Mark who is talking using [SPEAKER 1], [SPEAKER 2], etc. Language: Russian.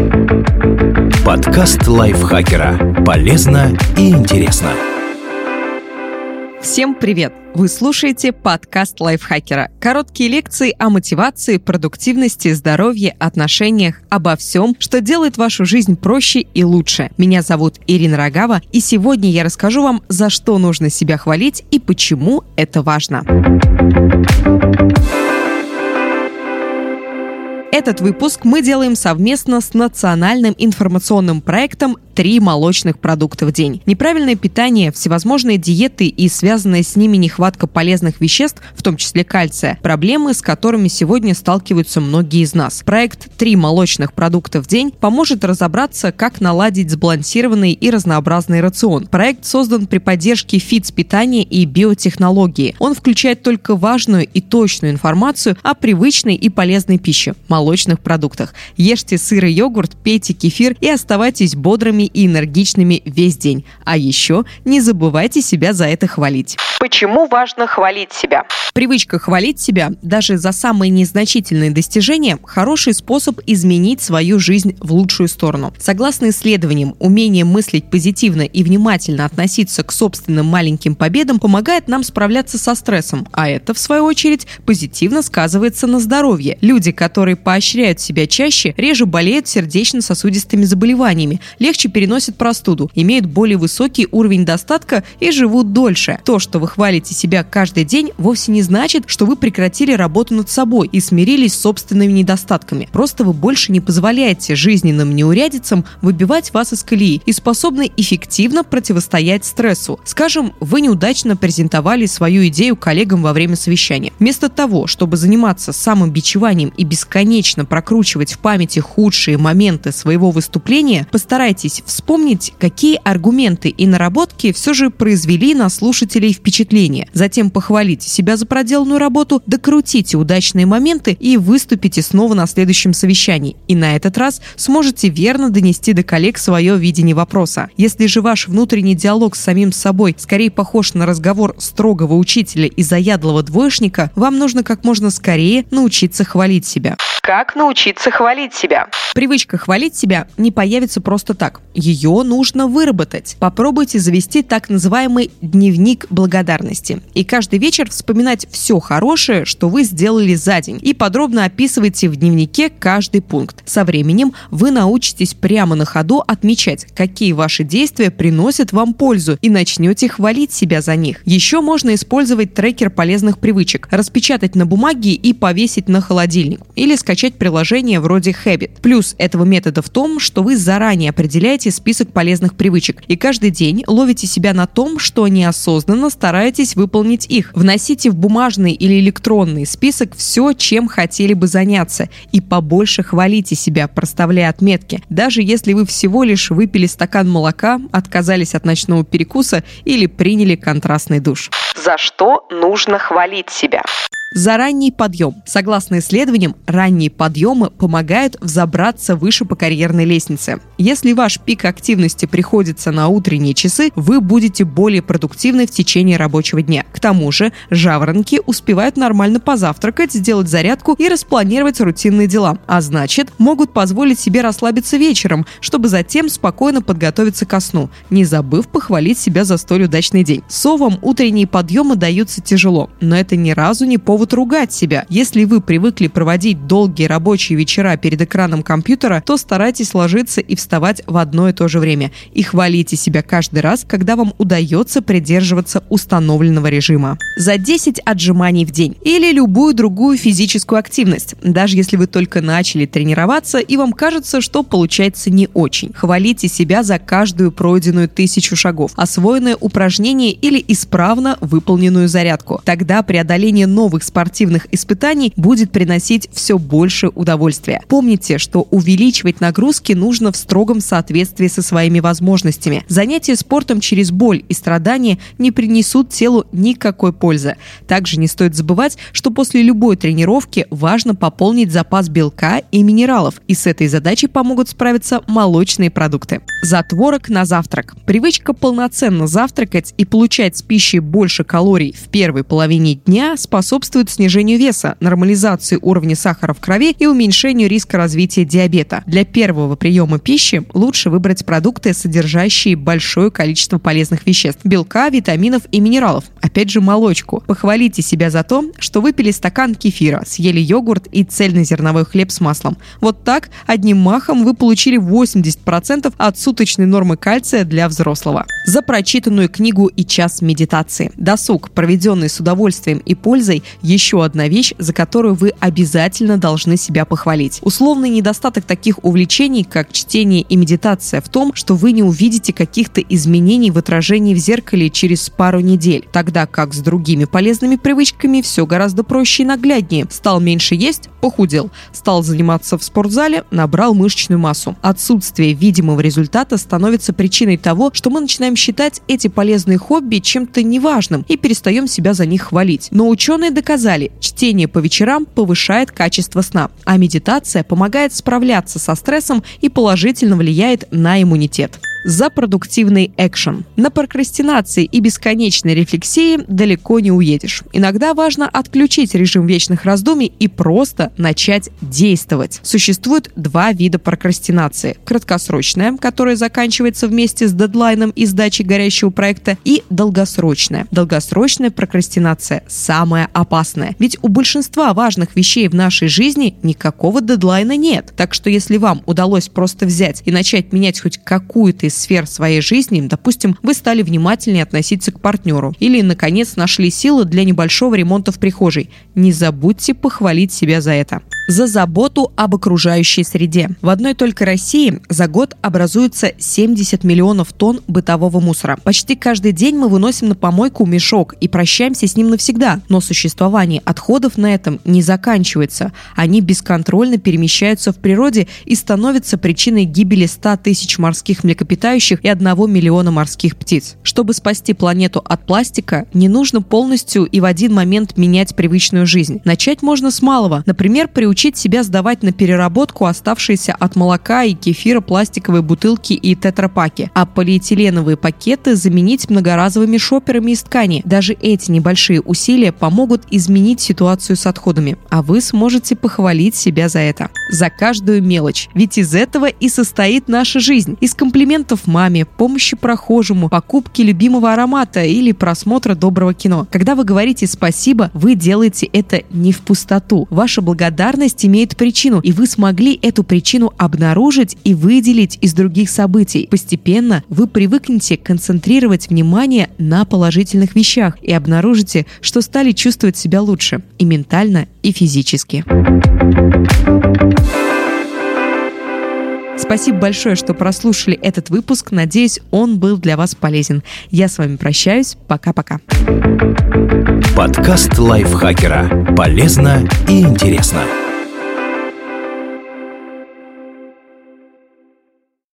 [SPEAKER 1] Подкаст лайфхакера. Полезно и интересно.
[SPEAKER 2] Всем привет! Вы слушаете подкаст лайфхакера. Короткие лекции о мотивации, продуктивности, здоровье, отношениях, обо всем, что делает вашу жизнь проще и лучше. Меня зовут Ирина Рогава, и сегодня я расскажу вам, за что нужно себя хвалить и почему это важно. Этот выпуск мы делаем совместно с национальным информационным проектом «3 молочных продукта в день». Неправильное питание, всевозможные диеты и связанная с ними нехватка полезных веществ, в том числе кальция, проблемы, с которыми сегодня сталкиваются многие из нас. Проект «3 молочных продукта в день» поможет разобраться, как наладить сбалансированный и разнообразный рацион. Проект создан при поддержке фитс-питания и биотехнологии. Он включает только важную и точную информацию о привычной и полезной пище – молочных продуктах. Ешьте сыр и йогурт, пейте кефир и оставайтесь бодрыми и энергичными весь день. А еще не забывайте себя за это хвалить. Почему важно хвалить себя? Привычка хвалить себя даже за самые незначительные достижения – хороший способ изменить свою жизнь в лучшую сторону. Согласно исследованиям, умение мыслить позитивно и внимательно относиться к собственным маленьким победам помогает нам справляться со стрессом, а это, в свою очередь, позитивно сказывается на здоровье. Люди, которые поощряют себя чаще, реже болеют сердечно-сосудистыми заболеваниями, легче переносят простуду, имеют более высокий уровень достатка и живут дольше. То, что вы хвалите себя каждый день, вовсе не значит, что вы прекратили работу над собой и смирились с собственными недостатками. Просто вы больше не позволяете жизненным неурядицам выбивать вас из колеи и способны эффективно противостоять стрессу. Скажем, вы неудачно презентовали свою идею коллегам во время совещания. Вместо того, чтобы заниматься самобичеванием и бесконечно прокручивать в памяти худшие моменты своего выступления, постарайтесь вспомнить, какие аргументы и наработки все же произвели на слушателей впечатление. Затем похвалите себя за проделанную работу, докрутите удачные моменты и выступите снова на следующем совещании. И на этот раз сможете верно донести до коллег свое видение вопроса. Если же ваш внутренний диалог с самим собой скорее похож на разговор строгого учителя и заядлого двоечника, вам нужно как можно скорее научиться хвалить себя. Как научиться хвалить себя? Привычка хвалить себя не появится просто так. Ее нужно выработать. Попробуйте завести так называемый дневник благодарности. И каждый вечер вспоминать все хорошее, что вы сделали за день. И подробно описывайте в дневнике каждый пункт. Со временем вы научитесь прямо на ходу отмечать, какие ваши действия приносят вам пользу, и начнете хвалить себя за них. Еще можно использовать трекер полезных привычек, распечатать на бумаге и повесить на холодильник. Или скачать приложение вроде Habit. Плюс этого метода в том, что вы заранее определяете список полезных привычек и каждый день ловите себя на том, что неосознанно стараетесь выполнить их. Вносите в бумажный или электронный список все, чем хотели бы заняться, и побольше хвалите себя, проставляя отметки. Даже если вы всего лишь выпили стакан молока, отказались от ночного перекуса или приняли контрастный душ. За что нужно хвалить себя? За ранний подъем. Согласно исследованиям, ранние подъемы помогают взобраться выше по карьерной лестнице. Если ваш пик активности приходится на утренние часы, вы будете более продуктивны в течение рабочего дня. К тому же, жаворонки успевают нормально позавтракать, сделать зарядку и распланировать рутинные дела, а значит, могут позволить себе расслабиться вечером, чтобы затем спокойно подготовиться ко сну, не забыв похвалить себя за столь удачный день. Совам утренние подъемы даются тяжело, но это ни разу не повод ругать себя. Если вы привыкли проводить долгие рабочие вечера перед экраном компьютера, то старайтесь ложиться и вставать в одно и то же время. И хвалите себя каждый раз, когда вам удается придерживаться установленного режима. За 10 отжиманий в день. Или любую другую физическую активность. Даже если вы только начали тренироваться и вам кажется, что получается не очень. Хвалите себя за каждую пройденную 1000 шагов, освоенное упражнение или исправно выполненную зарядку. Тогда преодоление новых спортивных испытаний будет приносить все больше удовольствия. Помните, что увеличивать нагрузки нужно в строгом соответствии со своими возможностями. Занятия спортом через боль и страдания не принесут телу никакой пользы. Также не стоит забывать, что после любой тренировки важно пополнить запас белка и минералов, и с этой задачей помогут справиться молочные продукты. За творог на завтрак. Привычка полноценно завтракать и получать с пищей больше калорий в первой половине дня способствует способствуют снижению веса, нормализации уровня сахара в крови и уменьшению риска развития диабета. Для первого приема пищи лучше выбрать продукты, содержащие большое количество полезных веществ – белка, витаминов и минералов. Опять же, молочку. Похвалите себя за то, что выпили стакан кефира, съели йогурт и цельнозерновой хлеб с маслом. Вот так, одним махом вы получили 80% от суточной нормы кальция для взрослого. За прочитанную книгу и час медитации. Досуг, проведенный с удовольствием и пользой, еще одна вещь, за которую вы обязательно должны себя похвалить. Условный недостаток таких увлечений, как чтение и медитация, в том, что вы не увидите каких-то изменений в отражении в зеркале через пару недель, тогда как с другими полезными привычками все гораздо проще и нагляднее. Стал меньше есть – похудел. Стал заниматься в спортзале – набрал мышечную массу. Отсутствие видимого результата становится причиной того, что мы начинаем считать эти полезные хобби чем-то неважным и перестаем себя за них хвалить. Но ученые доказали, чтение по вечерам повышает качество сна, а медитация помогает справляться со стрессом и положительно влияет на иммунитет. За продуктивный экшен. На прокрастинации и бесконечной рефлексии далеко не уедешь. Иногда важно отключить режим вечных раздумий и просто начать действовать. Существует два вида прокрастинации. Краткосрочная, которая заканчивается вместе с дедлайном и сдачей горящего проекта, и долгосрочная. Долгосрочная прокрастинация самая опасная. Ведь у большинства важных вещей в нашей жизни никакого дедлайна нет. Так что если вам удалось просто взять и начать менять хоть какую-то из сфер своей жизни, допустим, вы стали внимательнее относиться к партнеру или, наконец, нашли силы для небольшого ремонта в прихожей, не забудьте похвалить себя за это. За заботу об окружающей среде. В одной только России за год образуется 70 миллионов тонн бытового мусора. Почти каждый день мы выносим на помойку мешок и прощаемся с ним навсегда. Но существование отходов на этом не заканчивается. Они бесконтрольно перемещаются в природе и становятся причиной гибели 100 тысяч морских млекопитающих и 1 миллиона морских птиц. Чтобы спасти планету от пластика, не нужно полностью и в один момент менять привычную жизнь. Начать можно с малого. Например, приучить себя сдавать на переработку оставшиеся от молока и кефира пластиковые бутылки и тетрапаки, а полиэтиленовые пакеты заменить многоразовыми шоперами из ткани. Даже эти небольшие усилия помогут изменить ситуацию с отходами, а вы сможете похвалить себя за это. За каждую мелочь. Ведь из этого и состоит наша жизнь. Из комплиментов маме, помощи прохожему, покупки любимого аромата или просмотра доброго кино. Когда вы говорите «спасибо», вы делаете это не в пустоту. Ваша благодарность имеет причину, и вы смогли эту причину обнаружить и выделить из других событий. Постепенно вы привыкнете концентрировать внимание на положительных вещах и обнаружите, что стали чувствовать себя лучше и ментально, и физически. Спасибо большое, что прослушали этот выпуск. Надеюсь, он был для вас полезен. Я с вами прощаюсь. Пока-пока.
[SPEAKER 1] Подкаст лайфхакера. Полезно и интересно.